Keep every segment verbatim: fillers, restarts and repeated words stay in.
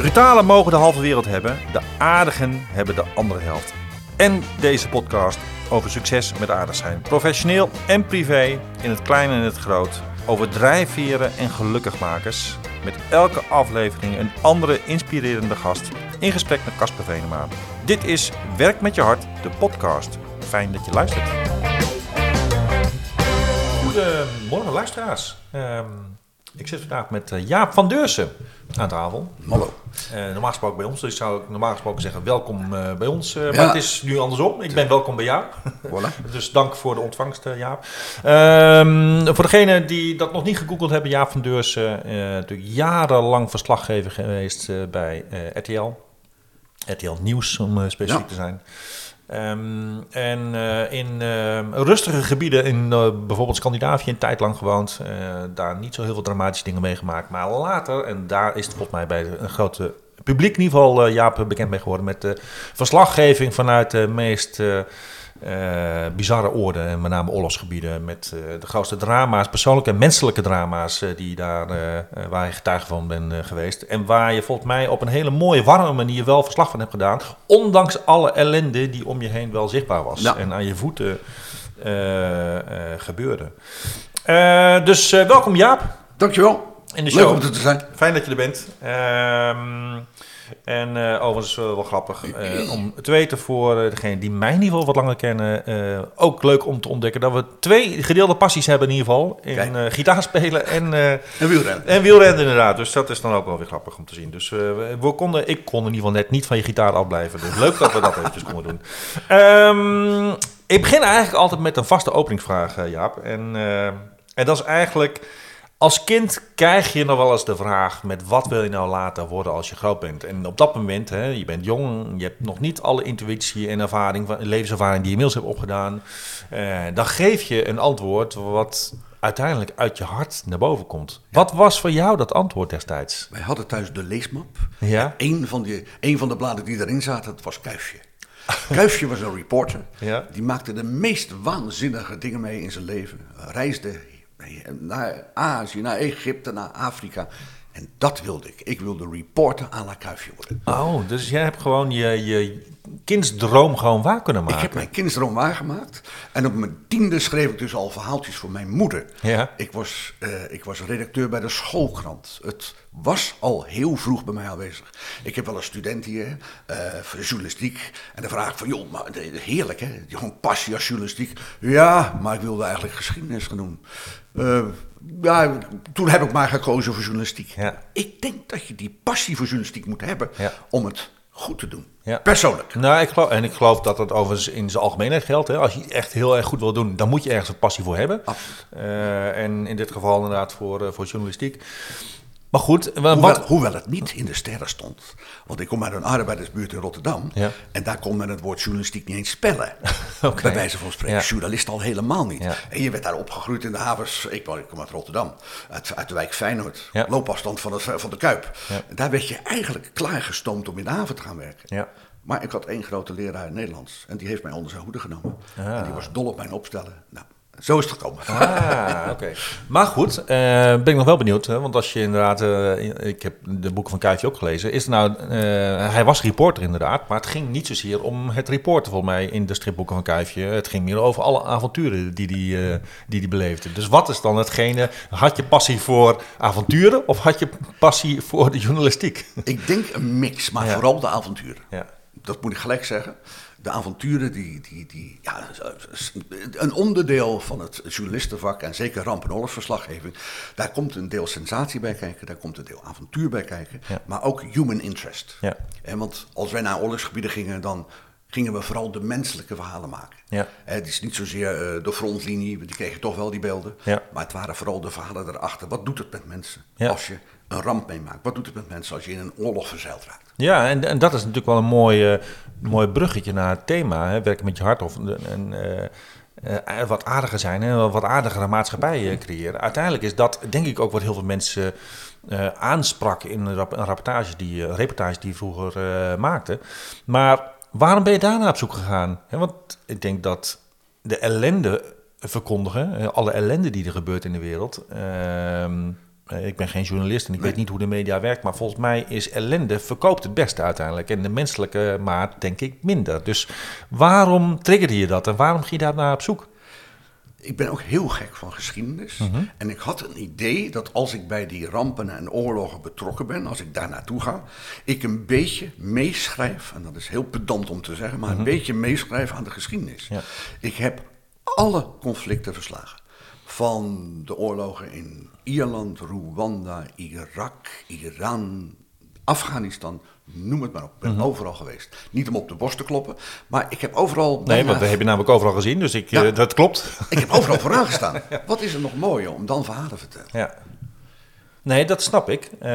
brutalen mogen de halve wereld hebben, de aardigen hebben de andere helft. En deze podcast over succes met aardig zijn. Professioneel en privé, in het klein en het groot. Over drijfveren en gelukkigmakers. Met elke aflevering een andere inspirerende gast. In gesprek met Casper Venema. Dit is Werk met je hart, de podcast. Fijn dat je luistert. Goedemorgen luisteraars. Um, ik zit vandaag met uh, Jaap van Deursen aan tafel. Hallo. Uh, normaal gesproken bij ons, dus zou ik normaal gesproken zeggen welkom uh, bij ons. Uh, ja. Maar het is nu andersom. Ik ben welkom bij jou. Voilà. Dus dank voor de ontvangst, uh, Jaap. Um, voor degenen die dat nog niet gegoogeld hebben, Jaap van Deursen, uh, natuurlijk jarenlang verslaggever geweest uh, bij uh, R T L. R T L Nieuws, om uh, specifiek ja. te zijn. Um, en uh, in uh, rustige gebieden in uh, bijvoorbeeld Scandinavië een tijd lang gewoond. Uh, daar niet zo heel veel dramatische dingen meegemaakt. Maar later, en daar is het volgens mij bij een grote publiek in ieder geval uh, Jaap bekend mee geworden met de verslaggeving vanuit de meest uh, uh, bizarre oorden. En met name oorlogsgebieden met uh, de grootste drama's, persoonlijke en menselijke drama's uh, die daar, uh, uh, waar je getuige van bent uh, geweest. En waar je volgens mij op een hele mooie, warme manier wel verslag van hebt gedaan. Ondanks alle ellende die om je heen wel zichtbaar was. Ja. En aan je voeten uh, uh, gebeurde. Uh, dus uh, welkom Jaap. Dankjewel. In de show. Leuk om er te zijn. Fijn dat je er bent. Um, en uh, overigens uh, wel grappig uh, om te weten voor uh, degenen die mij in ieder geval wat langer kennen. Uh, ook leuk om te ontdekken dat we twee gedeelde passies hebben in ieder geval. In uh, gitaarspelen en, uh, en wielrennen. En wielrennen inderdaad. Dus dat is dan ook wel weer grappig om te zien. Dus uh, we konden, ik kon in ieder geval net niet van je gitaar afblijven. Dus leuk dat we dat eventjes konden doen. Um, ik begin eigenlijk altijd met een vaste openingsvraag, uh, Jaap. En, uh, en dat is eigenlijk... Als kind krijg je nog wel eens de vraag met wat wil je nou later worden als je groot bent. En op dat moment, hè, je bent jong, je hebt nog niet alle intuïtie en ervaring, levenservaring die je inmiddels hebt opgedaan. Uh, dan geef je een antwoord wat uiteindelijk uit je hart naar boven komt. Ja. Wat was voor jou dat antwoord destijds? Wij hadden thuis de leesmap. Ja? Een van, die, een van de bladen die erin zaten, dat was Kuifje. Kuifje was een reporter. Ja? Die maakte de meest waanzinnige dingen mee in zijn leven. Reisde naar Azië, naar Egypte, naar Afrika. En dat wilde ik. Ik wilde reporter à la Kuifje worden. Oh, dus jij hebt gewoon je, je kindsdroom gewoon waar kunnen maken. Ik heb mijn kindsdroom waargemaakt. En op mijn tiende schreef ik dus al verhaaltjes voor mijn moeder. Ja. Ik was, uh, ik was redacteur bij de schoolkrant. Het was al heel vroeg bij mij aanwezig. Ik heb wel een student hier, uh, voor journalistiek. En dan vraag ik van, joh, maar heerlijk hè, gewoon passie als journalistiek. Ja, maar ik wilde eigenlijk geschiedenis gaan doen. Uh, ja, toen heb ik maar gekozen voor journalistiek. Ja. Ik denk dat je die passie voor journalistiek moet hebben ja. om het goed te doen. Ja. Persoonlijk. Nou, ik geloof, en ik geloof dat dat overigens in zijn algemeenheid geldt. Hè. Als je echt heel erg goed wil doen, dan moet je ergens een passie voor hebben. Uh, en in dit geval inderdaad voor, uh, voor journalistiek. Maar goed, hoewel, wat... hoewel het niet in de sterren stond. Want ik kom uit een arbeidersbuurt in Rotterdam. Ja. En daar kon men het woord journalistiek niet eens spellen. Okay. Bij wijze van spreken. Ja. Journalist al helemaal niet. Ja. En je werd daar opgegroeid in de havens. Ik, ik kom uit Rotterdam. Uit, uit de wijk Feyenoord. Ja. Loopafstand van, het, van de Kuip. Ja. Daar werd je eigenlijk klaargestoomd om in de haven te gaan werken. Ja. Maar ik had één grote leraar in Nederlands. En die heeft mij onder zijn hoede genomen. Ah. En die was dol op mijn opstellen. Nou. Zo is het gekomen. Ah, oké. Okay. Maar goed, uh, ben ik nog wel benieuwd. Hè? Want als je inderdaad... Uh, ik heb de boeken van Kuifje ook gelezen. Is nou, uh, hij was reporter inderdaad. Maar het ging niet zozeer om het reporter volgens mij in de stripboeken van Kuifje. Het ging meer over alle avonturen die hij die, uh, die die beleefde. Dus wat is dan hetgene... Had je passie voor avonturen of had je passie voor de journalistiek? Ik denk een mix, maar ja. vooral de avonturen. Ja. Dat moet ik gelijk zeggen. De avonturen, die, die, die, ja, een onderdeel van het journalistenvak en zeker ramp- en oorlogsverslaggeving. Daar komt een deel sensatie bij kijken, daar komt een deel avontuur bij kijken, ja. maar ook human interest. Ja. En want als wij naar oorlogsgebieden gingen, dan gingen we vooral de menselijke verhalen maken. Ja. Het is niet zozeer uh, de frontlinie, die kregen toch wel die beelden, ja. maar het waren vooral de verhalen erachter. Wat doet het met mensen ja. als je een ramp meemaakt? Wat doet het met mensen als je in een oorlog verzeild raakt? Ja, en, en dat is natuurlijk wel een mooi, uh, mooi bruggetje naar het thema, hè? Werken met je hart of een, uh, uh, wat aardiger zijn en wat aardigere maatschappij uh, creëren. Uiteindelijk is dat denk ik ook wat heel veel mensen uh, aansprak in een, rap- een rapportage die, uh, reportage die je vroeger uh, maakte. Maar waarom ben je daarna op zoek gegaan? He, want ik denk dat de ellende verkondigen, alle ellende die er gebeurt in de wereld, uh, Uh, ik ben geen journalist en ik nee. weet niet hoe de media werkt, maar volgens mij is ellende verkoopt het beste uiteindelijk. En de menselijke maat denk ik minder. Dus waarom triggerde je dat en waarom ging je daar naar op zoek? Ik ben ook heel gek van geschiedenis. Mm-hmm. En ik had een idee dat als ik bij die rampen en oorlogen betrokken ben, als ik daar naartoe ga, ik een beetje meeschrijf, en dat is heel pedant om te zeggen, maar mm-hmm. een beetje meeschrijf aan de geschiedenis. Ja. Ik heb alle conflicten verslagen. Van de oorlogen in Ierland, Rwanda, Irak, Iran, Afghanistan, noem het maar op. Ik ben mm-hmm. overal geweest. Niet om op de borst te kloppen, maar ik heb overal... Nee, want we hebben namelijk overal gezien, dus ik, ja, uh, dat klopt. Ik heb overal vooraan gestaan. Ja. Wat is er nog mooier om dan verhalen te vertellen? Ja. Nee, dat snap ik. Uh,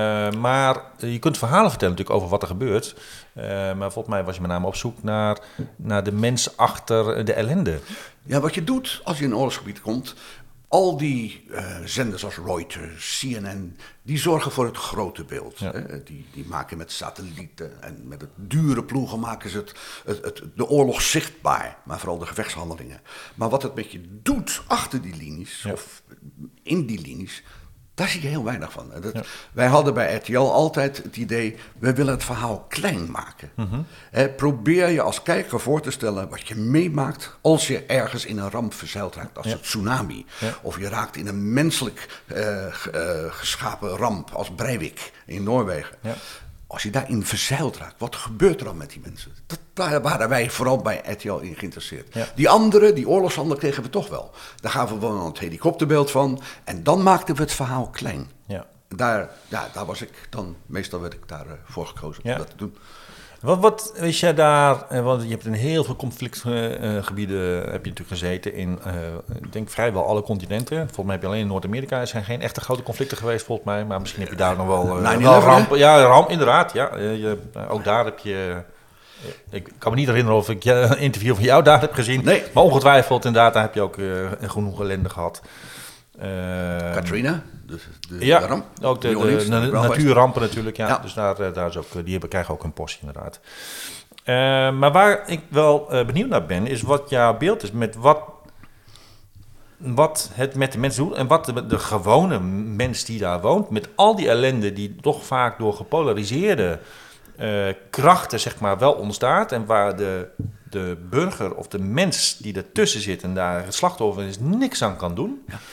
maar je kunt verhalen vertellen natuurlijk over wat er gebeurt. Uh, maar volgens mij was je met name op zoek naar, naar de mens achter de ellende. Ja, wat je doet als je in een oorlogsgebied komt... Al die uh, zenders als Reuters, C N N, die zorgen voor het grote beeld. Ja. Hè? Die, die maken met satellieten en met het dure ploegen maken ze het, het, het, de oorlog zichtbaar. Maar vooral de gevechtshandelingen. Maar wat het met je doet achter die linies, ja. of in die linies... Daar zie je heel weinig van. Dat, ja. Wij hadden bij R T L altijd het idee, we willen het verhaal klein maken. Mm-hmm. He, probeer je als kijker voor te stellen wat je meemaakt als je ergens in een ramp verzeild raakt, als ja. het tsunami. Ja. Of je raakt in een menselijk uh, uh, geschapen ramp als Breivik in Noorwegen. Ja. Als je daarin verzeild raakt, wat gebeurt er dan met die mensen? Dat, daar waren wij vooral bij R T L in geïnteresseerd. Ja. Die andere, die oorlogshandel kregen we toch wel. Daar gaven we wel het helikopterbeeld van. En dan maakten we het verhaal klein. Ja. Daar, ja, daar was ik dan, meestal werd ik daarvoor uh, voor gekozen ja. om dat te doen. Wat, wat wist jij daar, want je hebt in heel veel conflictgebieden uh, heb je natuurlijk gezeten in, uh, ik denk vrijwel alle continenten. Volgens mij heb je alleen in Noord-Amerika, er zijn geen echte grote conflicten geweest volgens mij, maar misschien heb je daar nog wel, uh, wel rampen. Ja, ramp, inderdaad, ja. Uh, je, uh, ook daar heb je, uh, ik kan me niet herinneren of ik een interview van jou daar heb gezien, nee. maar ongetwijfeld inderdaad, daar heb je ook uh, genoeg ellende gehad. Uh, Katrina, de, de, ja, de ramp. Ook de, de, de, de natuurrampen natuurlijk. Ja. Ja. Dus daar, daar is ook, die hebben, krijgen ook een portie inderdaad. Uh, maar waar ik wel uh, benieuwd naar ben, is wat jouw beeld is met wat, wat het met de mensen doet en wat de, de gewone mens die daar woont, met al die ellende die toch vaak door gepolariseerde uh, krachten zeg maar wel ontstaat en waar de, de burger of de mens die ertussen zit en daar het slachtoffer is niks aan kan doen. Ja.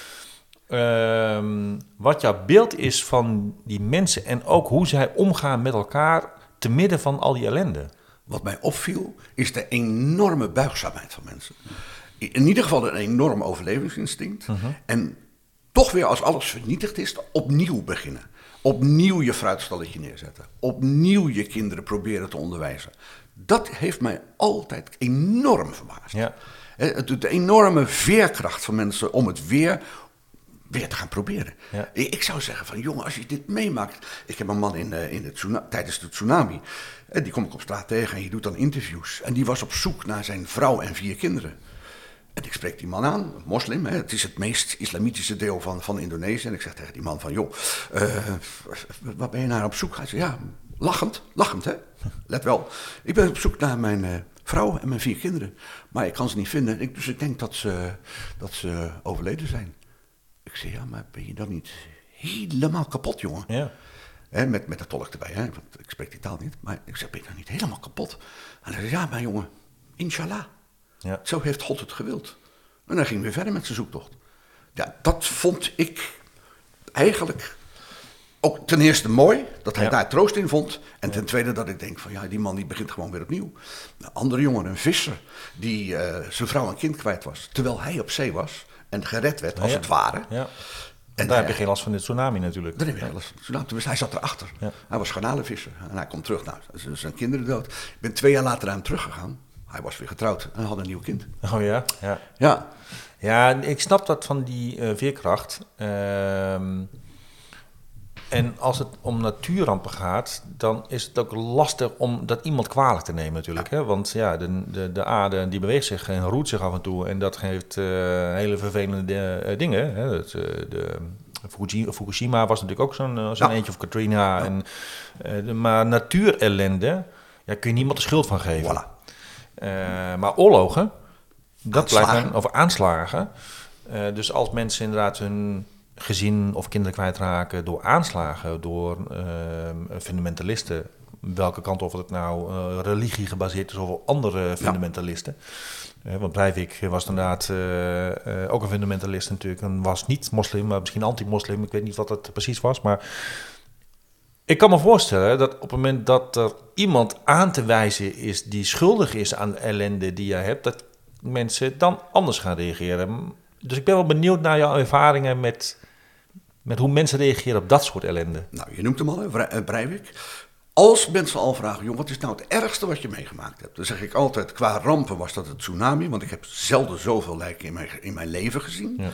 Um, wat jouw beeld is van die mensen en ook hoe zij omgaan met elkaar te midden van al die ellende. Wat mij opviel is de enorme buigzaamheid van mensen. In ieder geval een enorm overlevingsinstinct. Uh-huh. En toch weer als alles vernietigd is, opnieuw beginnen. Opnieuw je fruitstalletje neerzetten. Opnieuw je kinderen proberen te onderwijzen. Dat heeft mij altijd enorm verbaasd. Ja. De enorme veerkracht van mensen om het weer... weer te gaan proberen. Ja. Ik zou zeggen van, jongen, als je dit meemaakt... Ik heb een man in, uh, in het tsuna- tijdens de tsunami. En die kom ik op straat tegen en je doet dan interviews. En die was op zoek naar zijn vrouw en vier kinderen. En ik spreek die man aan, een moslim. Hè, het is het meest islamitische deel van, van Indonesië. En ik zeg tegen die man van, joh, uh, waar ben je naar op zoek? Hij zegt, ja, lachend, lachend hè. Let wel, ik ben op zoek naar mijn... Uh, vrouw en mijn vier kinderen. Maar ik kan ze niet vinden. Ik, dus ik denk dat ze, dat ze overleden zijn. Ik zei, ja, maar ben je dan niet helemaal kapot, jongen? Ja. He, met, met de tolk erbij, hè? Want ik spreek die taal niet. Maar ik zei, ben je dan niet helemaal kapot? En hij zei, ja, maar jongen, inshallah. Ja. Zo heeft God het gewild. En dan ging hij weer verder met zijn zoektocht. Ja, dat vond ik eigenlijk... Ook ten eerste mooi, dat hij ja. daar troost in vond. En ja. ten tweede dat ik denk van ja, die man die begint gewoon weer opnieuw. Een andere jongen, een visser, die uh, zijn vrouw en kind kwijt was. Terwijl hij op zee was en gered werd, als ja. het ware. Ja. En daar uh, heb je geen last van de tsunami natuurlijk. Daar heb je geen last van de tsunami. Dus hij zat erachter. Ja. Hij was garnalenvisser en hij komt terug. Nou, zijn kinderen dood. Ik ben twee jaar later naar hem teruggegaan. Hij was weer getrouwd en had een nieuw kind. Oh ja? Ja, ja. ja ik snap dat van die uh, veerkracht. Uh, En als het om natuurrampen gaat, dan is het ook lastig om dat iemand kwalijk te nemen natuurlijk. Ja. Hè? Want ja, de, de, de aarde die beweegt zich en roert zich af en toe. En dat geeft uh, hele vervelende uh, dingen. Hè? Het, uh, de, Fukushima was natuurlijk ook zo'n, uh, zo'n ja. eentje, of Katrina. Ja. En, uh, de, maar natuurellende, ja, kun je niemand de schuld van geven. Voilà. Uh, maar oorlogen, dat blijft een, of aanslagen. Uh, dus als mensen inderdaad hun... gezin of kinderen kwijtraken door aanslagen, door uh, fundamentalisten. Welke kant of het nou uh, religie gebaseerd is of andere fundamentalisten. Ja. Uh, want Breivik was inderdaad uh, uh, ook een fundamentalist natuurlijk. En was niet moslim, maar misschien anti-moslim. Ik weet niet wat het precies was. Maar ik kan me voorstellen dat op het moment dat er iemand aan te wijzen is die schuldig is aan de ellende die jij hebt, dat mensen dan anders gaan reageren. Dus ik ben wel benieuwd naar jouw ervaringen met, met hoe mensen reageren op dat soort ellende. Nou, je noemt hem al, hè, Breivik. Als mensen al vragen, joh, wat is nou het ergste wat je meegemaakt hebt? Dan zeg ik altijd, qua rampen was dat het tsunami, want ik heb zelden zoveel lijken in mijn, in mijn leven gezien. Ja.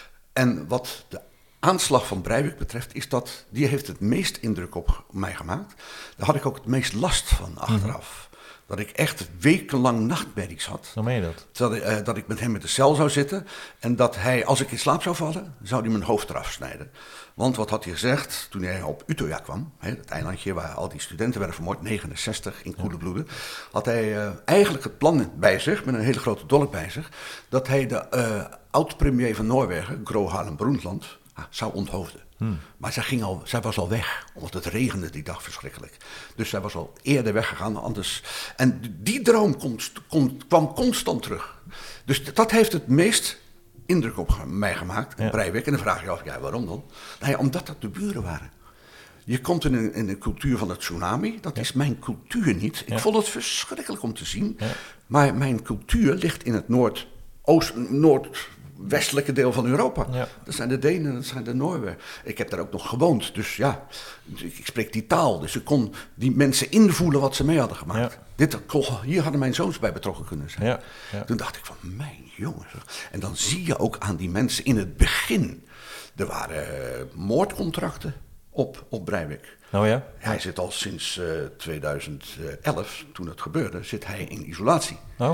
En wat de aanslag van Breivik betreft, is dat, die heeft het meest indruk op mij gemaakt. Daar had ik ook het meest last van achteraf. Mm-hmm. Dat ik echt wekenlang nachtmerries had. Hoe meen je dat? Dat, uh, dat ik met hem in de cel zou zitten en dat hij, als ik in slaap zou vallen, zou hij mijn hoofd eraf snijden. Want wat had hij gezegd toen hij op Utøya kwam, hè, het eilandje waar al die studenten werden vermoord, negenenzestig in koele bloeden, had hij uh, eigenlijk het plan bij zich, met een hele grote dolk bij zich, dat hij de uh, oud-premier van Noorwegen, Gro Harlem Brundtland, uh, zou onthoofden. Hmm. Maar zij, ging al, zij was al weg, omdat het regende die dag verschrikkelijk. Dus zij was al eerder weggegaan, anders. En die droom komt, komt, kwam constant terug. Dus dat heeft het meest indruk op mij gemaakt, ja. Breivik. En dan vraag je af, ja, waarom dan? Nou ja, omdat dat de buren waren. Je komt in een, in een cultuur van het tsunami, dat ja. is mijn cultuur niet. Ik ja. vond het verschrikkelijk om te zien. Ja. Maar mijn cultuur ligt in het noordoost, noordwestelijke deel van Europa. Ja. Dat zijn de Denen, dat zijn de Noorwegen. Ik heb daar ook nog gewoond, dus ja, ik spreek die taal. Dus ik kon die mensen invoelen wat ze mee hadden gemaakt. Ja. Dit, hier hadden mijn zoons bij betrokken kunnen zijn. Ja. Ja. Toen dacht ik van, mijn jongens. En dan zie je ook aan die mensen in het begin, er waren uh, moordcontracten op, op Breivik. Oh ja? Hij zit al sinds uh, tweeduizend elf, toen het gebeurde, zit hij in isolatie. Oh.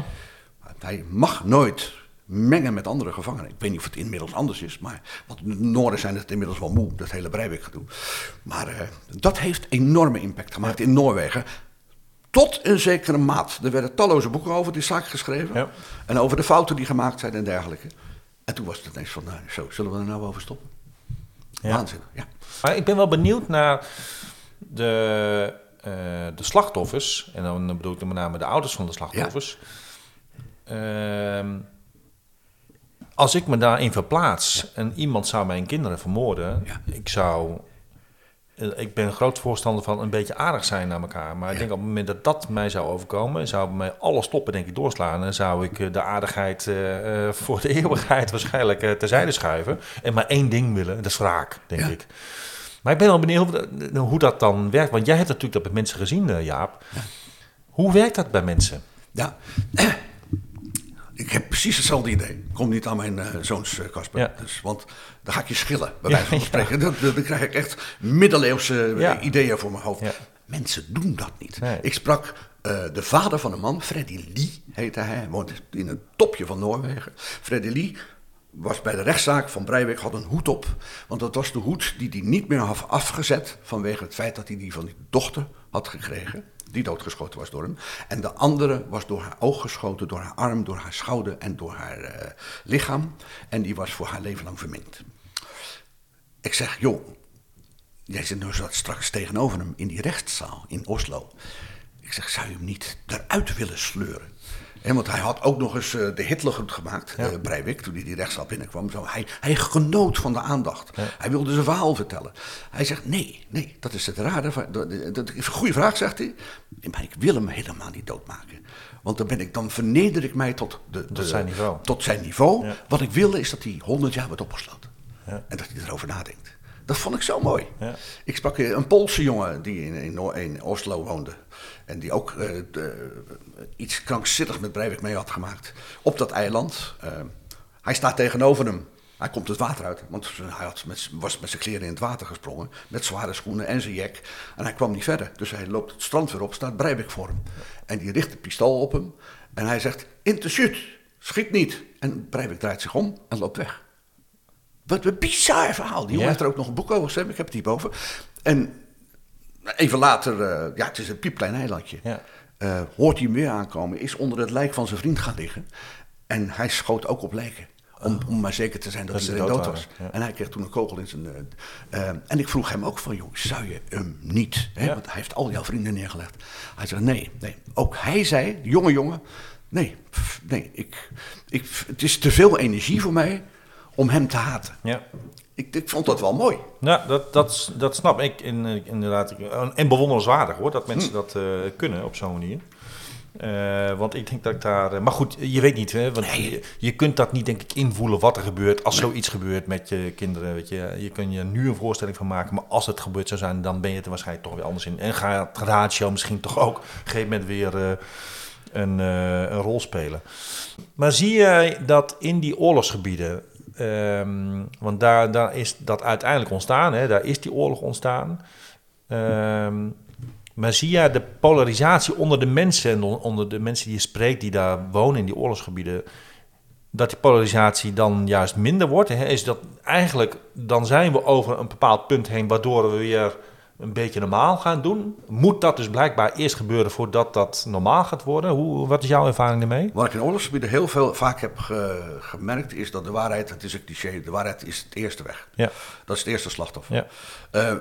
Hij mag nooit mengen met andere gevangenen. Ik weet niet of het inmiddels anders is, maar want de Noorden zijn het inmiddels wel moe, dat hele Breivik-gedoe. Maar uh, dat heeft enorme impact gemaakt ja. in Noorwegen. Tot een zekere maat. Er werden talloze boeken over die zaak geschreven. Ja. En over de fouten die gemaakt zijn en dergelijke. En toen was het ineens van, nou, zo, zullen we er nou over stoppen? Ja. Waanzinnig, ja. Maar ik ben wel benieuwd naar de, uh, de slachtoffers. En dan bedoel ik met name de ouders van de slachtoffers. Ja. Uh, als ik me daarin verplaats ja. en iemand zou mijn kinderen vermoorden, ja. ik zou... Ik ben een groot voorstander van een beetje aardig zijn naar elkaar. Maar ja. ik denk op het moment dat dat mij zou overkomen, zou bij mij alles stoppen, denk ik, doorslaan. En zou ik de aardigheid uh, voor de eeuwigheid waarschijnlijk uh, terzijde schuiven. En maar één ding willen, dat is wraak, denk ja. ik. Maar ik ben wel benieuwd hoe dat dan werkt. Want jij hebt natuurlijk dat bij mensen gezien, uh, Jaap. Ja. Hoe werkt dat bij mensen? Ja, ik heb precies hetzelfde idee. Kom niet aan mijn uh, zoons, Casper. Ja. Dus, want dan ga ik je schillen, bij wijze van ja, spreken. Ja. Dan, dan krijg ik echt middeleeuwse ja. ideeën voor mijn hoofd. Ja. Mensen doen dat niet. Nee. Ik sprak uh, de vader van een man, Freddy Lee heette hij. Hij woont in een topje van Noorwegen. Freddy Lee was bij de rechtszaak van Breivik, had een hoed op. Want dat was de hoed die hij niet meer had afgezet vanwege het feit dat hij die van die dochter had gekregen. Die doodgeschoten was door hem. En de andere was door haar oog geschoten, door haar arm, door haar schouder en door haar uh, lichaam. En die was voor haar leven lang verminkt. Ik zeg, joh, jij zit nu straks tegenover hem in die rechtszaal in Oslo. Ik zeg, zou je hem niet eruit willen sleuren? En want hij had ook nog eens uh, de Hitlergroet gemaakt, ja. uh, Breivik, toen hij die rechtszaal binnenkwam. Zo, hij, hij genoot van de aandacht. Ja. Hij wilde zijn verhaal vertellen. Hij zegt, nee, nee, dat is het rare. Dat, dat, dat is een goede vraag, zegt hij. Maar ik wil hem helemaal niet doodmaken. Want dan, ben ik, dan verneder ik mij tot, de, de, tot zijn niveau. Tot zijn niveau. Ja. Wat ik wilde is dat hij honderd jaar wordt opgesloten. Ja. En dat hij erover nadenkt. Dat vond ik zo mooi. Ja. Ik sprak een Poolse jongen die in, in, in Oslo woonde. En die ook uh, de, uh, iets krankzinnigs met Breivik mee had gemaakt. Op dat eiland. Uh, hij staat tegenover hem. Hij komt het water uit. Want hij had met, was met zijn kleren in het water gesprongen. Met zware schoenen en zijn jek. En hij kwam niet verder. Dus hij loopt het strand weer op. Staat Breivik voor hem. En die richt een pistool op hem. En hij zegt, inte shoot. Schiet niet. En Breivik draait zich om en loopt weg. Wat een bizar verhaal. Die jongen ja. heeft er ook nog een boek over geschreven. Ik heb het hierboven. En even later, uh, ja, het is een piepklein eilandje. Ja. Uh, hoort hij hem weer aankomen, is onder het lijk van zijn vriend gaan liggen. En hij schoot ook op lijken. Om, om maar zeker te zijn dat, dat iedereen dood, dood was. Ja. En hij kreeg toen een kogel in zijn... Uh, uh, en ik vroeg hem ook van, joh, zou je hem niet... Hè? Ja. Want hij heeft al jouw vrienden neergelegd. Hij zei, nee, nee. Ook hij zei, jonge jongen... Nee, nee ik, ik, het is te veel energie voor mij om hem te haten. Ja. Ik, ik vond dat wel mooi. Ja, dat, dat, dat snap ik in, inderdaad. En bewonderenswaardig hoor, dat mensen hm. dat uh, kunnen op zo'n manier. Uh, want ik denk dat ik daar... Uh, maar goed, je weet niet, hè, want nee. je, je kunt dat niet denk ik invoelen wat er gebeurt als nee. zoiets gebeurt met je kinderen. Weet je. Je kunt je nu een voorstelling van maken, maar als het gebeurd zou zijn, dan ben je het er waarschijnlijk toch weer anders in. En gaat het ratio misschien toch ook op een gegeven moment weer... Uh, Een, uh, een rol spelen. Maar zie je dat in die oorlogsgebieden, um, want daar, daar is dat uiteindelijk ontstaan, hè, daar is die oorlog ontstaan. Um, maar zie je de polarisatie onder de mensen en onder de mensen die je spreekt, die daar wonen in die oorlogsgebieden, dat die polarisatie dan juist minder wordt? Hè? Is dat eigenlijk, dan zijn we over een bepaald punt heen, waardoor we weer een beetje normaal gaan doen. Moet dat dus blijkbaar eerst gebeuren voordat dat normaal gaat worden? Hoe, wat is jouw ervaring ermee? Wat ik in oorlogsgebieden heel veel vaak heb ge, gemerkt, is dat de waarheid, het is een cliché, de waarheid is het eerste weg. Ja. Dat is het eerste slachtoffer. Ja. Uh,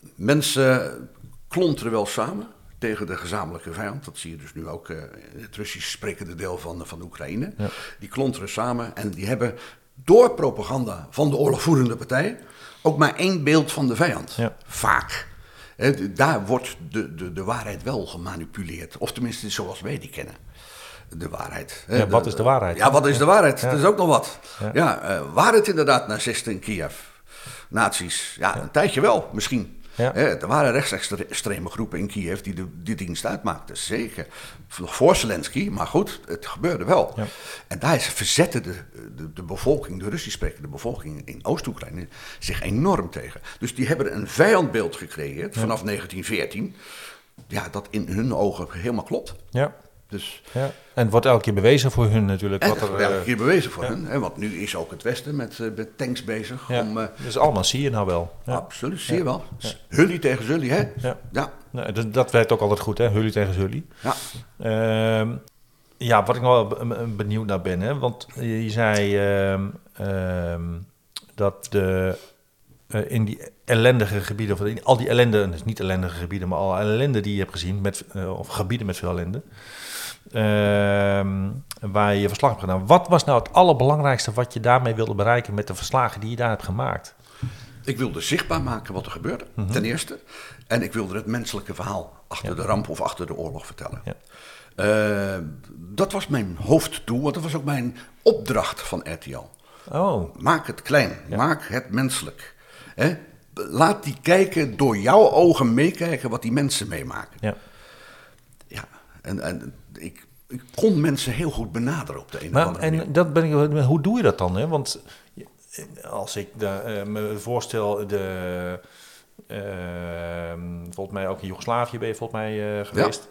mensen klonteren wel samen tegen de gezamenlijke vijand. Dat zie je dus nu ook uh, in het Russisch sprekende deel van, van Oekraïne. Ja. Die klonteren samen en die hebben door propaganda van de oorlogvoerende partij ook maar één beeld van de vijand. Ja. Vaak. He, daar wordt de, de, de waarheid wel gemanipuleerd. Of tenminste zoals wij die kennen. De waarheid. Ja, wat is de waarheid? Ja, wat is de waarheid? Ja. Dat is ook nog wat. Ja, ja uh, waren het inderdaad nazisten in Kiev? Nazi's? Ja, ja, een tijdje wel, misschien. Ja. He, er waren rechtsextreme groepen in Kiev die de, die dienst uitmaakten. Zeker. Nog voor Zelensky, maar goed, het gebeurde wel. Ja. En daar verzette de, de, de bevolking, de Russisch sprekende bevolking in Oost-Oekraïne zich enorm tegen. Dus die hebben een vijandbeeld gecreëerd vanaf ja. negentien veertien. Ja, dat in hun ogen helemaal klopt. Ja. Dus, ja. En het wordt elke keer bewezen voor hun natuurlijk. En wat het er, wordt elke keer bewezen voor ja. hun. Hè, want nu is ook het Westen met, uh, met tanks bezig. Ja. Om, uh, dus allemaal zie je nou wel. Ja. Absoluut, zie ja. je wel. Ja. Hully tegen Zully, hè? Ja. Ja. Nee, dat, dat werkt ook altijd goed, hè? Hully tegen Zully. Ja. Uh, ja, wat ik nog wel benieuwd naar ben, hè? Want je zei uh, uh, dat de... Uh, in die ellendige gebieden, of in al die ellende, dus niet ellendige gebieden, maar al ellende die je hebt gezien, met, uh, of gebieden met veel ellende, uh, waar je je verslag hebt gedaan. Wat was nou het allerbelangrijkste wat je daarmee wilde bereiken met de verslagen die je daar hebt gemaakt? Ik wilde zichtbaar maken wat er gebeurde, mm-hmm. ten eerste. En ik wilde het menselijke verhaal achter ja. de ramp of achter de oorlog vertellen. Ja. Uh, dat was mijn hoofddoel, want dat was ook mijn opdracht van R T L. Oh. Maak het klein, ja. maak het menselijk. He? Laat die kijken, door jouw ogen meekijken wat die mensen meemaken. Ja. Ja, en, en ik, ik kon mensen heel goed benaderen op de een maar, of andere manier. En dat ben ik, hoe doe je dat dan? Hè? Want als ik de, uh, me voorstel, de, uh, volgens mij ook in Joegoslavië ben je volgens mij uh, geweest.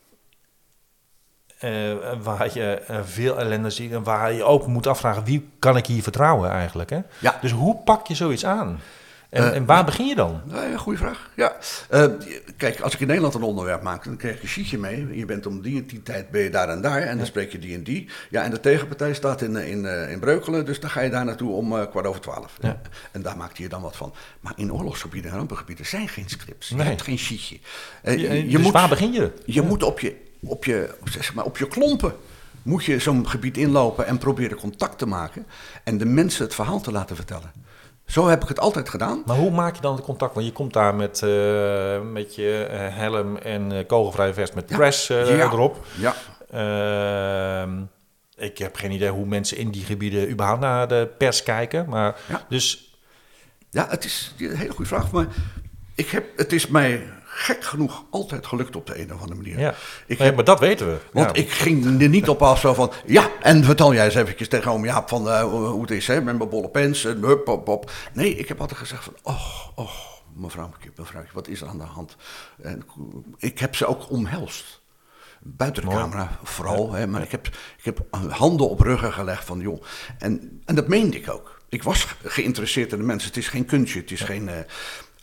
Ja. Uh, waar je uh, veel ellende ziet en waar je ook moet afvragen, wie kan ik hier vertrouwen eigenlijk? Hè? Ja. Dus hoe pak je zoiets aan? En, uh, en waar begin je dan? Nou ja, goede vraag. Ja. Uh, kijk, als ik in Nederland een onderwerp maak, dan krijg je een sheetje mee. Je bent om die en die tijd ben je daar en daar en dan ja. spreek je die en die. Ja, en de tegenpartij staat in, in, in Breukelen, dus dan ga je daar naartoe om uh, kwart over twaalf. Ja. En daar maakt hij dan wat van. Maar in oorlogsgebieden en rampengebieden zijn geen scripts. Je nee. hebt geen sheetje. Uh, je, je, je dus moet, waar begin je? Je ja. moet op je, op je, zeg maar, op je klompen moet je zo'n gebied inlopen en proberen contact te maken en de mensen het verhaal te laten vertellen. Zo heb ik het altijd gedaan. Maar hoe maak je dan het contact? Want je komt daar met, uh, met je uh, helm en uh, kogelvrij vest met ja. press uh, ja. erop. Ja. Uh, ik heb geen idee hoe mensen in die gebieden überhaupt naar de pers kijken. Maar ja. dus... ja, het is een hele goede vraag. Maar ik heb, het is mij gek genoeg altijd gelukt op de een of andere manier. Ja. Ik nee, heb, maar dat weten we. Want ja. ik ging er niet op als zo van... ja, en vertel jij eens eventjes tegen oom Jaap van uh, hoe het is, hè, met mijn bolle pens en hup, hop, hop. Nee, ik heb altijd gezegd van... oh, oh, mevrouw, mevrouw, wat is er aan de hand? En ik heb ze ook omhelst. Buiten de Mooi. camera vooral, ja. hè, maar ja. ik, heb, ik heb handen op ruggen gelegd van... joh, en, en dat meende ik ook. Ik was geïnteresseerd in de mensen. Het is geen kunstje, het is ja. geen... Uh,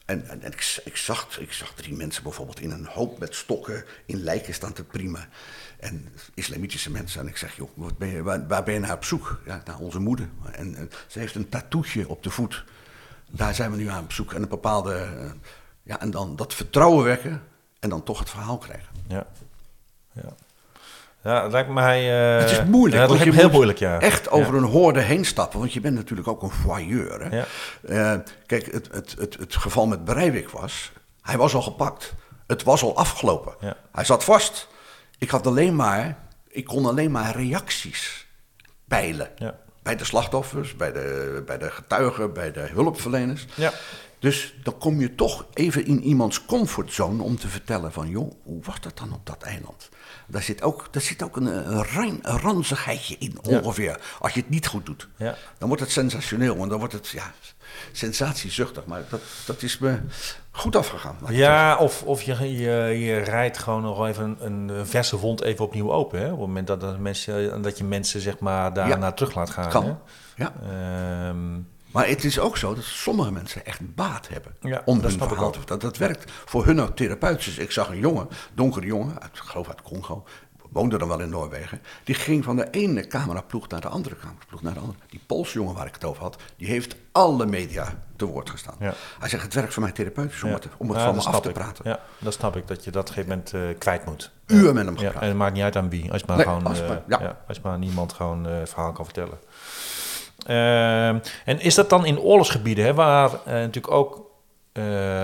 En, en, en ik, ik, zag, ik zag drie mensen bijvoorbeeld in een hoop met stokken in lijken staan te priemen. En islamitische mensen. En ik zeg, joh, wat ben je, waar, waar ben je naar op zoek? Ja, naar onze moeder. En, en ze heeft een tattoetje op de voet. Daar zijn we nu aan op zoek. En een bepaalde... Uh, ja, en dan dat vertrouwen wekken en dan toch het verhaal krijgen. Ja, ja. Ja, het lijkt mij... Uh, het is moeilijk. Ja, het lijkt me heel moeilijk, ja. Echt over ja. een horde heen stappen, want je bent natuurlijk ook een voyeur. Hè? Ja. Uh, kijk, het, het, het, het geval met Breivik was, hij was al gepakt. Het was al afgelopen. Ja. Hij zat vast. Ik had alleen maar, ik kon alleen maar reacties peilen. Ja. Bij de slachtoffers, bij de, bij de getuigen, bij de hulpverleners. Ja. Dus dan kom je toch even in iemands comfortzone om te vertellen van... joh, hoe was dat dan op dat eiland? Daar zit ook, daar zit ook een, een, rein, een ranzigheidje in, ongeveer. Ja. Als je het niet goed doet. Ja. Dan wordt het sensationeel en dan wordt het ja, sensatiezuchtig. Maar dat, dat is me goed afgegaan. Ja, of, of je, je, je rijdt gewoon nog even een, een verse wond even opnieuw open. Hè? Op het moment dat, dat, mensen, dat je mensen zeg maar, daar ja. naar terug laat gaan. Kan, hè? ja. Um, Maar het is ook zo dat sommige mensen echt baat hebben ja, om hun verhaal te vertellen. Dat, dat werkt voor hun ook therapeutisch. Ik zag een jongen, donkere jongen, uit, ik geloof uit Congo, woonde dan wel in Noorwegen. Die ging van de ene cameraploeg naar de andere cameraploeg naar de andere. Die Poolse jongen waar ik het over had, die heeft alle media te woord gestaan. Ja. Hij zegt, het werkt voor mij therapeutisch om ja. het, om het ja, van me af te ik. praten. Ja, dat snap ik, dat je dat op een gegeven moment uh, kwijt moet. Uren met hem ja, gepraat. En het maakt niet uit aan wie, als je maar, nee, gewoon, als, uh, maar, ja. ja, als je maar aan iemand gewoon uh, het verhaal kan vertellen. Uh, en is dat dan in oorlogsgebieden, hè, waar uh, natuurlijk ook uh,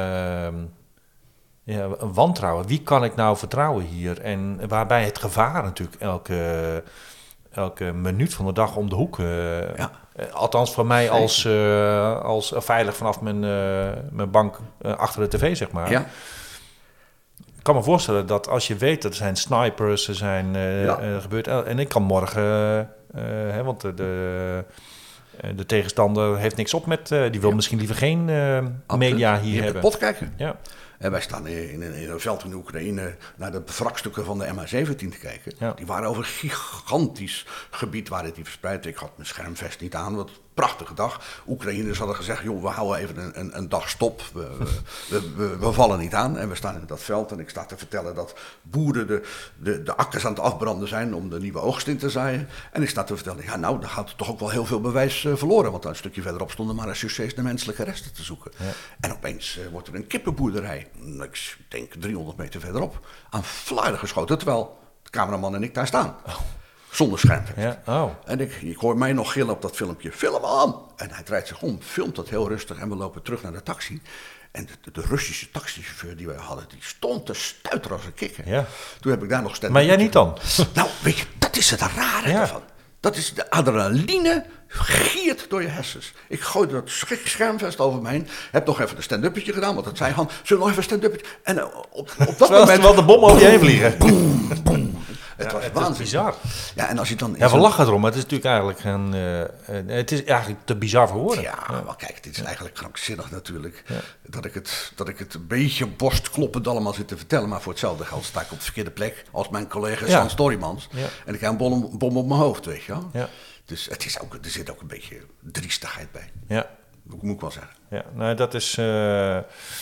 ja, wantrouwen, wie kan ik nou vertrouwen hier? En waarbij het gevaar natuurlijk elke, elke minuut van de dag om de hoek, uh, ja. uh, althans voor mij als, uh, als uh, veilig vanaf mijn, uh, mijn bank uh, achter de tv, zeg maar. Ja. Ik kan me voorstellen dat als je weet dat er zijn snipers, er zijn uh, ja. uh, gebeurd, en ik kan morgen, uh, uh, hè, want de, de De tegenstander heeft niks op met... Uh, die wil ja. misschien liever geen uh, media hier hebben. Pot kijken. Ja. En wij staan in, in, in een veld in Oekraïne naar de wrakstukken van de M H zeventien te kijken. Ja. Die waren over een gigantisch gebied waren die verspreid. Ik had mijn schermvest niet aan, wat prachtige dag. Oekraïners hadden gezegd, joh, we houden even een, een, een dag stop. We, we, we, we vallen niet aan. En we staan in dat veld en ik sta te vertellen dat boeren de, de, de akkers aan het afbranden zijn om de nieuwe oogst in te zaaien. En ik sta te vertellen, ja nou, dan gaat er toch ook wel heel veel bewijs uh, verloren. Want een stukje verderop stonden maar succes de menselijke resten te zoeken. Ja. En opeens uh, wordt er een kippenboerderij, ik denk driehonderd meter verderop, aan flarden geschoten. Terwijl de cameraman en ik daar staan. Oh. Zonder schermvest. Ja, oh. En ik, ik hoor mij nog gillen op dat filmpje. Film aan! En hij draait zich om, filmt dat heel rustig en we lopen terug naar de taxi. En de, de Russische taxichauffeur die wij hadden, die stond te stuiteren als een kikker. Ja. Toen heb ik daar nog... Maar jij niet dan? Nou, weet je, dat is het rare ja. ervan. Dat is de adrenaline giert door je hersens. Ik gooi dat schermvest over me heen. Heb nog even een stand-uppetje gedaan, want dat zei Han. Zullen we nog even een stand-uppetje? En uh, op, op dat moment... Terwijl de bommen over je heen vliegen. Boom, boom. Het ja, was het waanzinnig. Is bizar. Ja, en als je dan... Ja, we lachen erom, maar het is natuurlijk eigenlijk een... Uh, het is eigenlijk te bizar voor woorden. Ja, ja, maar kijk, dit is ja. eigenlijk krankzinnig natuurlijk. Ja. Dat, ik het, dat ik het een beetje borstkloppend allemaal zit te vertellen. Maar voor hetzelfde geld sta ik op de verkeerde plek als mijn collega ja. San Storymans. Ja. En ik heb een bom, bom op mijn hoofd, weet je wel. Ja. Dus het is ook, er zit ook een beetje driestigheid bij. Ja. Dat moet ik wel zeggen. Ja, nou dat is... Uh...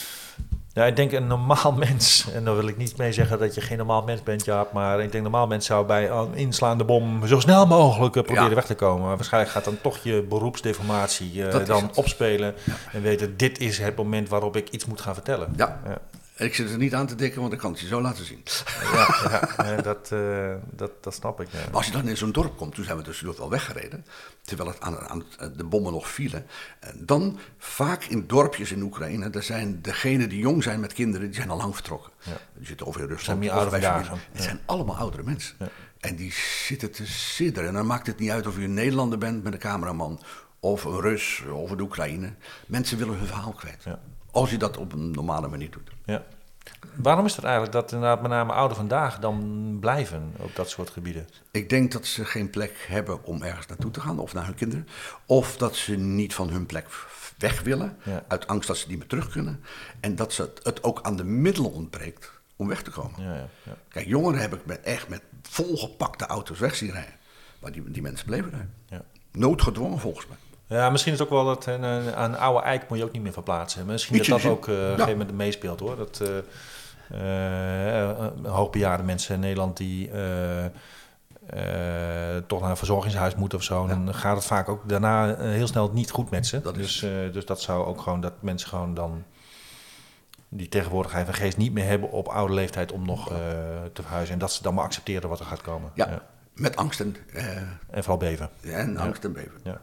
Ja, ik denk een normaal mens, en dan wil ik niet mee zeggen dat je geen normaal mens bent, Jaap, maar ik denk een normaal mens zou bij een inslaande bom zo snel mogelijk uh, proberen ja. weg te komen. Maar waarschijnlijk gaat dan toch je beroepsdeformatie uh, dan het. opspelen ja. en weten, dit is het moment waarop ik iets moet gaan vertellen. Ja. ja. Ik zit er niet aan te denken, want ik kan het je zo laten zien. Ja, ja dat, uh, dat, dat snap ik. Ja. Maar als je dan in zo'n dorp komt, toen zijn we dus wel weggereden, terwijl het aan, aan de bommen nog vielen. Dan vaak in dorpjes in Oekraïne, daar zijn degenen die jong zijn met kinderen, die zijn al lang vertrokken. Ja. Die zitten over in Rusland. Zijn meer ja. Het zijn allemaal oudere mensen. Ja. En die zitten te sidderen. En dan maakt het niet uit of je een Nederlander bent met een cameraman, of een Rus, of een Oekraïne. Mensen willen hun verhaal kwijt. Ja. Als je dat op een normale manier doet. Ja. Waarom is het eigenlijk dat inderdaad met name ouderen vandaag dan blijven op dat soort gebieden? Ik denk dat ze geen plek hebben om ergens naartoe te gaan, of naar hun kinderen. Of dat ze niet van hun plek weg willen, ja. uit angst dat ze niet meer terug kunnen. En dat ze het ook aan de middelen ontbreekt om weg te komen. Ja, ja, ja. Kijk, jongeren heb ik met, echt met volgepakte auto's weg zien rijden. Maar die, die mensen bleven rijden. Ja. Noodgedwongen volgens mij. Ja, misschien is het ook wel dat een, een oude eik moet je ook niet meer verplaatsen. Misschien dat dat ook uh, op een gegeven moment meespeelt hoor. Dat uh, uh, hoogbejaarde mensen in Nederland die uh, uh, toch naar een verzorgingshuis moeten of zo. Ja. Dan gaat het vaak ook daarna uh, heel snel niet goed met ze. Dat dus, uh, dus dat zou ook gewoon dat mensen gewoon dan die tegenwoordigheid van geest niet meer hebben op oude leeftijd om nog uh, te verhuizen. En dat ze dan maar accepteren wat er gaat komen. Ja, ja. Met angst en... Uh, en vooral beven. En angst ja. en beven. Ja.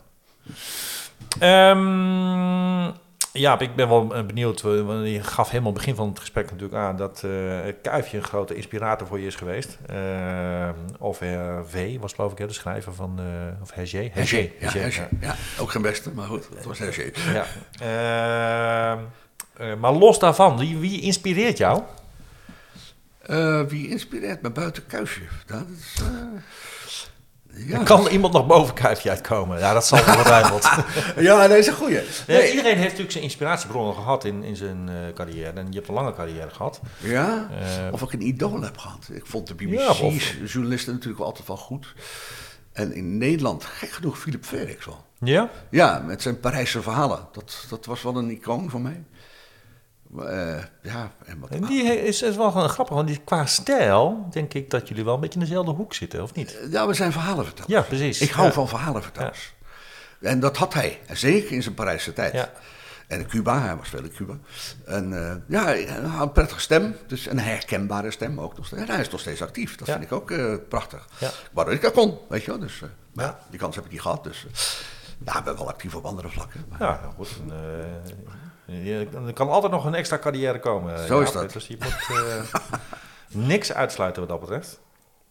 Um, ja, ik ben wel benieuwd. Je gaf helemaal het begin van het gesprek natuurlijk aan dat uh, Kuifje een grote inspirator voor je is geweest. Uh, of uh, V was geloof ik hè, de schrijver van, uh, of Hergé. Hergé, ja, Hergé, ja. ja. Ook geen beste, maar goed, het was Hergé. Ja. Uh, uh, maar los daarvan, wie, wie inspireert jou? Uh, wie inspireert me buiten Kuifje? Dat is... Uh... Ja, kan er iemand nog boven Kuifje uitkomen? Ja, dat zal ongetwijfeld. Ja, dat is een goeie. Nee. Ja, iedereen heeft natuurlijk zijn inspiratiebronnen gehad in, in zijn uh, carrière. En je hebt een lange carrière gehad. Ja, uh, of ik een idool heb gehad. Ik vond de B B C-journalisten ja, natuurlijk wel altijd wel goed. En in Nederland, gek genoeg, Philip Freriks wel. Ja? Ja, met zijn Parijse verhalen. Dat, dat was wel een icoon voor mij. Uh, ja, en wat en die is, is wel gewoon grappig, want die, qua stijl denk ik dat jullie wel een beetje in dezelfde hoek zitten, of niet? Ja, we zijn verhalenvertellers. Ja, precies. Ik hou ja. van verhalenvertellers. Ja. En dat had hij, zeker in zijn Parijse tijd. Ja. En in Cuba, hij was veel in Cuba. En uh, ja, hij had een prettige stem, dus een herkenbare stem ook nog steeds. En hij is nog steeds actief, dat ja. vind ik ook uh, prachtig. Ja. Waardoor ik dat kon, weet je wel. Dus uh, ja. Ja, die kans heb ik niet gehad, dus uh, ja, ik ben wel actief op andere vlakken. Maar, ja, goed. En, uh, er kan altijd nog een extra carrière komen. Zo ja, is dat. Dus je moet uh, niks uitsluiten wat dat betreft.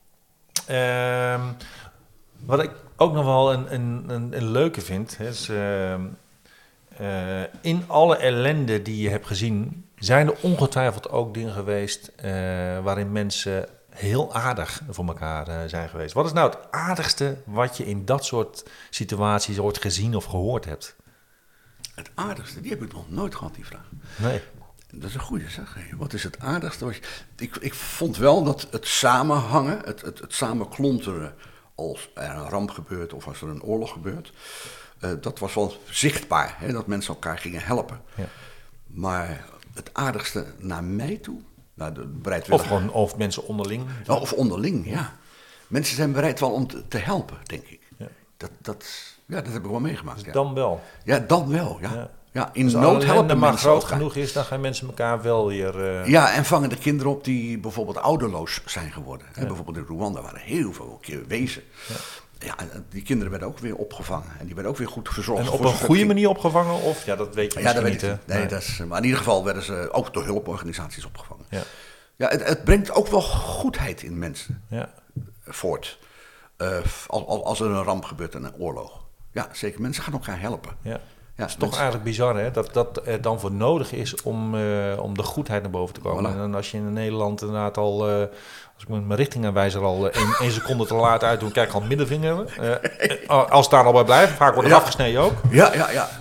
Uh, wat ik ook nog wel een, een, een, een leuke vind, is... Uh, uh, in alle ellende die je hebt gezien, zijn er ongetwijfeld ook dingen geweest uh, waarin mensen heel aardig voor elkaar uh, zijn geweest. Wat is nou het aardigste wat je in dat soort situaties ooit gezien of gehoord hebt? Het aardigste, die heb ik nog nooit gehad, die vraag. Nee. Dat is een goede zeg. Wat is het aardigste? Wat je... ik, ik vond wel dat het samenhangen, het, het, het samen klonteren als er een ramp gebeurt of als er een oorlog gebeurt, uh, dat was wel zichtbaar, hè, dat mensen elkaar gingen helpen. Ja. Maar het aardigste naar mij toe, nou, de bereidwillig... Of gewoon of mensen onderling. Oh, of onderling, ja. Mensen zijn bereid wel om te, te helpen, denk ik. Ja. Dat, dat, ja, dat heb ik wel meegemaakt. Dus ja. Dan wel? Ja, dan wel, ja. ja. Ja, in dus nood helpen mensen maar groot elkaar. genoeg is, dan gaan mensen elkaar wel weer... Uh... Ja, en vangen de kinderen op die bijvoorbeeld ouderloos zijn geworden. Ja. Bijvoorbeeld in Rwanda waren heel veel keer wezen. Ja. Ja, die kinderen werden ook weer opgevangen. En die werden ook weer goed verzorgd. En op een goede manier opgevangen? Of ja, dat weet je ja, misschien dat niet. Nee, nee. Dat is, maar in ieder geval werden ze ook door hulporganisaties opgevangen. Ja. Ja, het, het brengt ook wel goedheid in mensen ja. voort. Uh, als, als er een ramp gebeurt en een oorlog. Ja, zeker. Mensen gaan elkaar helpen. Ja. Ja, het is toch eigenlijk bizar hè, dat dat er dan voor nodig is om, uh, om de goedheid naar boven te komen. Voilà. En als je in Nederland inderdaad al, uh, als ik met mijn richtingaanwijzer al uh, één seconde te laat uit doe, kijk ik al het middenvinger. Uh, als het daar al bij blijft, vaak wordt er ja. afgesneden ook. Ja, ja, ja.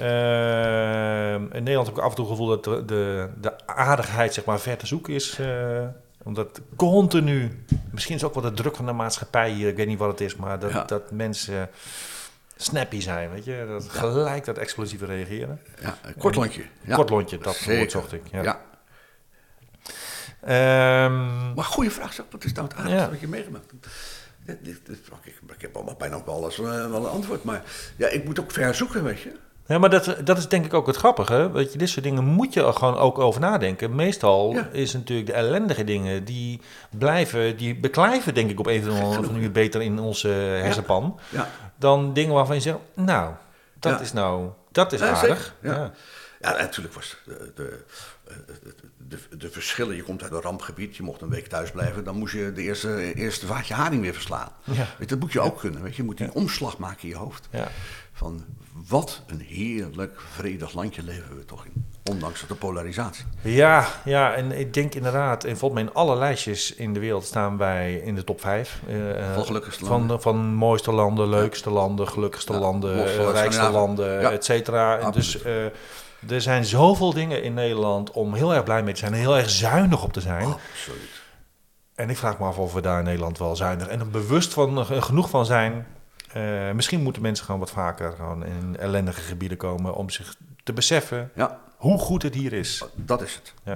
Uh, in Nederland heb ik af en toe het gevoel dat de, de, de aardigheid zeg maar ver te zoeken is. Uh, omdat continu, misschien is het ook wel de druk van de maatschappij hier, ik weet niet wat het is, maar dat, ja. dat mensen... snappy zijn, weet je, dat ja. gelijk dat explosieve reageren. Ja, een kort lontje. Ja. Kort lontje, dat woord zocht ik. Ja. ja. Um, maar goede vraag, zeg, wat is nou het aardigste ja. wat je meegemaakt hebt? Ik, ik heb allemaal bijna ook wel alles wel een antwoord, maar ja, ik moet ook ver zoeken, weet je. Ja, maar dat, dat is denk ik ook het grappige. Weet je, dit soort dingen moet je er gewoon ook over nadenken. Meestal ja. is natuurlijk de ellendige dingen, die blijven, die beklijven denk ik op een of andere manier beter in onze hersenpan. Ja. Ja. Dan dingen waarvan je zegt, nou, dat ja. is nou, dat is ja, aardig. Ja. Ja. ja, natuurlijk was de, de, de, de, de verschillen. Je komt uit een rampgebied, je mocht een week thuis blijven. Dan moest je de eerste, eerste vaatje haring weer verslaan. Ja. Weet je, dat moet je ook kunnen. Weet je, je moet die ja. omslag maken in je hoofd. Ja. Van wat een heerlijk, vredig landje leven we toch in. Ondanks de polarisatie. Ja, ja, en ik denk inderdaad, en volgens mij in alle lijstjes in de wereld staan wij in de top vijf. Uh, van gelukkigste van, landen. Van mooiste landen, leukste ja. landen, gelukkigste ja, landen, uh, rijkste landen, ja. et cetera. Dus uh, er zijn zoveel dingen in Nederland om heel erg blij mee te zijn en heel erg zuinig op te zijn. Absoluut. En ik vraag me af of we daar in Nederland wel zuinig en er bewust van uh, genoeg van zijn... Uh, misschien moeten mensen gewoon wat vaker gewoon in ellendige gebieden komen om zich te beseffen ja. hoe goed het hier is. Dat is het. Ja.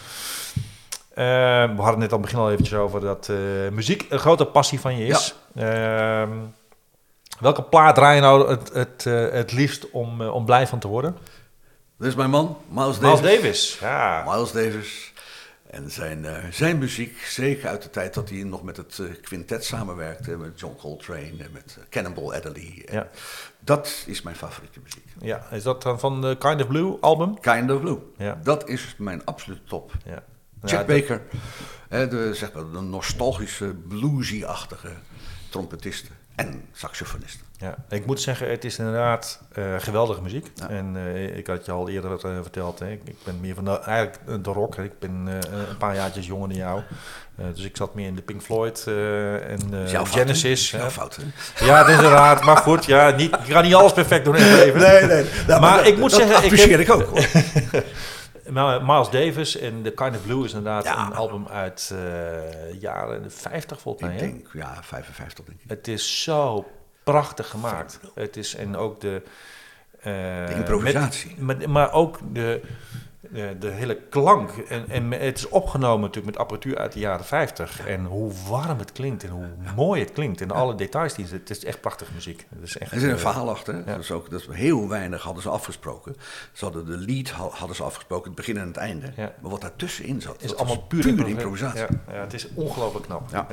Uh, we hadden het net al begin al eventjes over dat uh, muziek een grote passie van je is. Ja. Uh, welke plaat draai je nou het, het, uh, het liefst om, uh, om blij van te worden? Dat is mijn man, Miles Davis. Miles Davis, ja. Miles Davis. En zijn, uh, zijn muziek, zeker uit de tijd dat hij nog met het uh, quintet samenwerkte, met John Coltrane en met uh, Cannonball Adderley. Ja. Dat is mijn favoriete muziek. Ja, is dat dan van de Kind of Blue album? Kind of Blue. Ja. Dat is mijn absolute top. Ja. Chet ja, Baker, hè, de, zeg maar, de nostalgische, bluesy-achtige trompetiste en saxofoniste. Ja, ik moet zeggen, het is inderdaad uh, geweldige muziek. Ja. En uh, ik had je al eerder uh, verteld, hè. Ik, ik ben meer van de, eigenlijk de rock. Hè. Ik ben uh, een paar jaartjes jonger dan jou. Uh, dus ik zat meer in de Pink Floyd uh, en uh, Genesis. Jouw fout, hè? Ja, dat is inderdaad. Maar goed, ja, niet, ik ga niet alles perfect doen in het leven. Nee, nee. Nou, maar, maar ik moet dat zeggen... apprecieer ik, heb, ik ook, hoor. Miles Davis en The Kind of Blue is inderdaad ja. een album uit uh, jaren vijftig volgens mij. Ik hè? denk, ja, vijfenvijftig denk ik. Het is zo prachtig gemaakt. Het is en ook de... Uh, de improvisatie. Met, met, maar ook de, de, de hele klank. En, en het is opgenomen natuurlijk met apparatuur uit de jaren vijftig. En hoe warm het klinkt en hoe ja. mooi het klinkt. En alle details die het is echt prachtige muziek. Het is echt, er zit een uh, verhaal achter. Ja. Dat is ook, dat is heel weinig hadden ze afgesproken. Ze hadden de lead hadden ze afgesproken, het begin en het einde. Ja. Maar wat daartussenin zat, is dat allemaal was puur pure improvisatie. improvisatie. Ja, ja, het is ongelooflijk knap. Ja.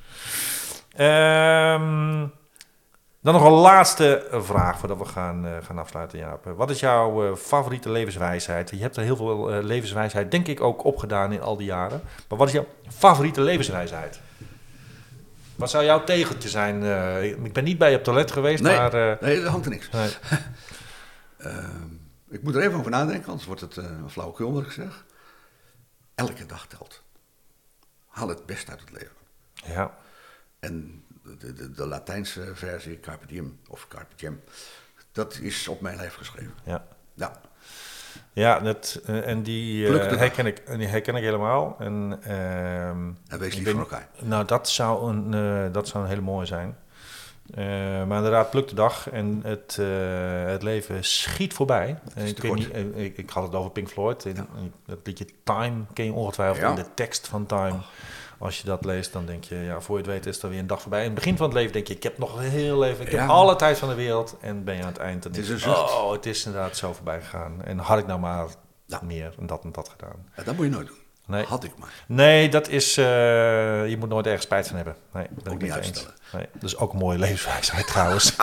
Ja. Um, Dan nog een laatste vraag voordat we gaan, uh, gaan afsluiten, Jaap. Wat is jouw uh, favoriete levenswijsheid? Je hebt er heel veel uh, levenswijsheid, denk ik, ook opgedaan in al die jaren. Maar wat is jouw favoriete levenswijsheid? Wat zou jouw tegeltje zijn? Uh, ik ben niet bij je op het toilet geweest, nee, maar... Uh, nee, dat hangt er niks. Nee. uh, ik moet er even over nadenken, anders wordt het uh, een flauwekul wat ik zeg. Elke dag telt. Haal het best uit het leven. Ja. En... De, de, de Latijnse versie, Carpe Diem, of Carpe Diem, dat is op mijn lijf geschreven. Ja. Ja, ja dat, uh, en die, uh, herken ik, die herken ik helemaal. En, uh, en wees lief ben, voor elkaar. Nou, dat zou een, uh, dat zou een hele mooie zijn. Uh, maar inderdaad, pluk de dag en het, uh, het leven schiet voorbij. En ik, weet niet, ik, ik had het over Pink Floyd. En, ja. Dat liedje Time ken je ongetwijfeld ja. in de tekst van Time. Oh. Als je dat leest, dan denk je, ja, voor je het weet is er weer een dag voorbij. In het begin van het leven denk je, ik heb nog een heel leven, ik ja. heb alle tijd van de wereld. En ben je aan het eind, dan denk je, oh, het is inderdaad zo voorbij gegaan. En had ik nou maar ja. meer en dat en dat gedaan. Ja, dat moet je nooit doen. Nee. Had ik maar. Nee, dat is, uh, je moet nooit ergens spijt van hebben. Nee, dat ben ook ik niet eens. uitstellen. Nee, dat is ook een mooie levenswijsheid trouwens.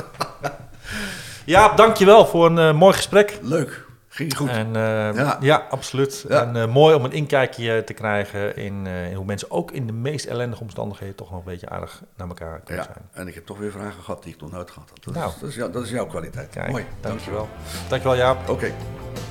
Jaap, dankjewel voor een uh, mooi gesprek. Leuk. Ging goed. En, uh, ja. ja, absoluut. Ja. En uh, mooi om een inkijkje te krijgen in, uh, in hoe mensen ook in de meest ellendige omstandigheden toch nog een beetje aardig naar elkaar kunnen ja. zijn. En ik heb toch weer vragen gehad die ik nog nooit gehad had. Dat, nou. is, dat, is, jou, dat is jouw kwaliteit. Kijk, mooi. Dankjewel. Dankjewel, Jaap. Oké. Okay.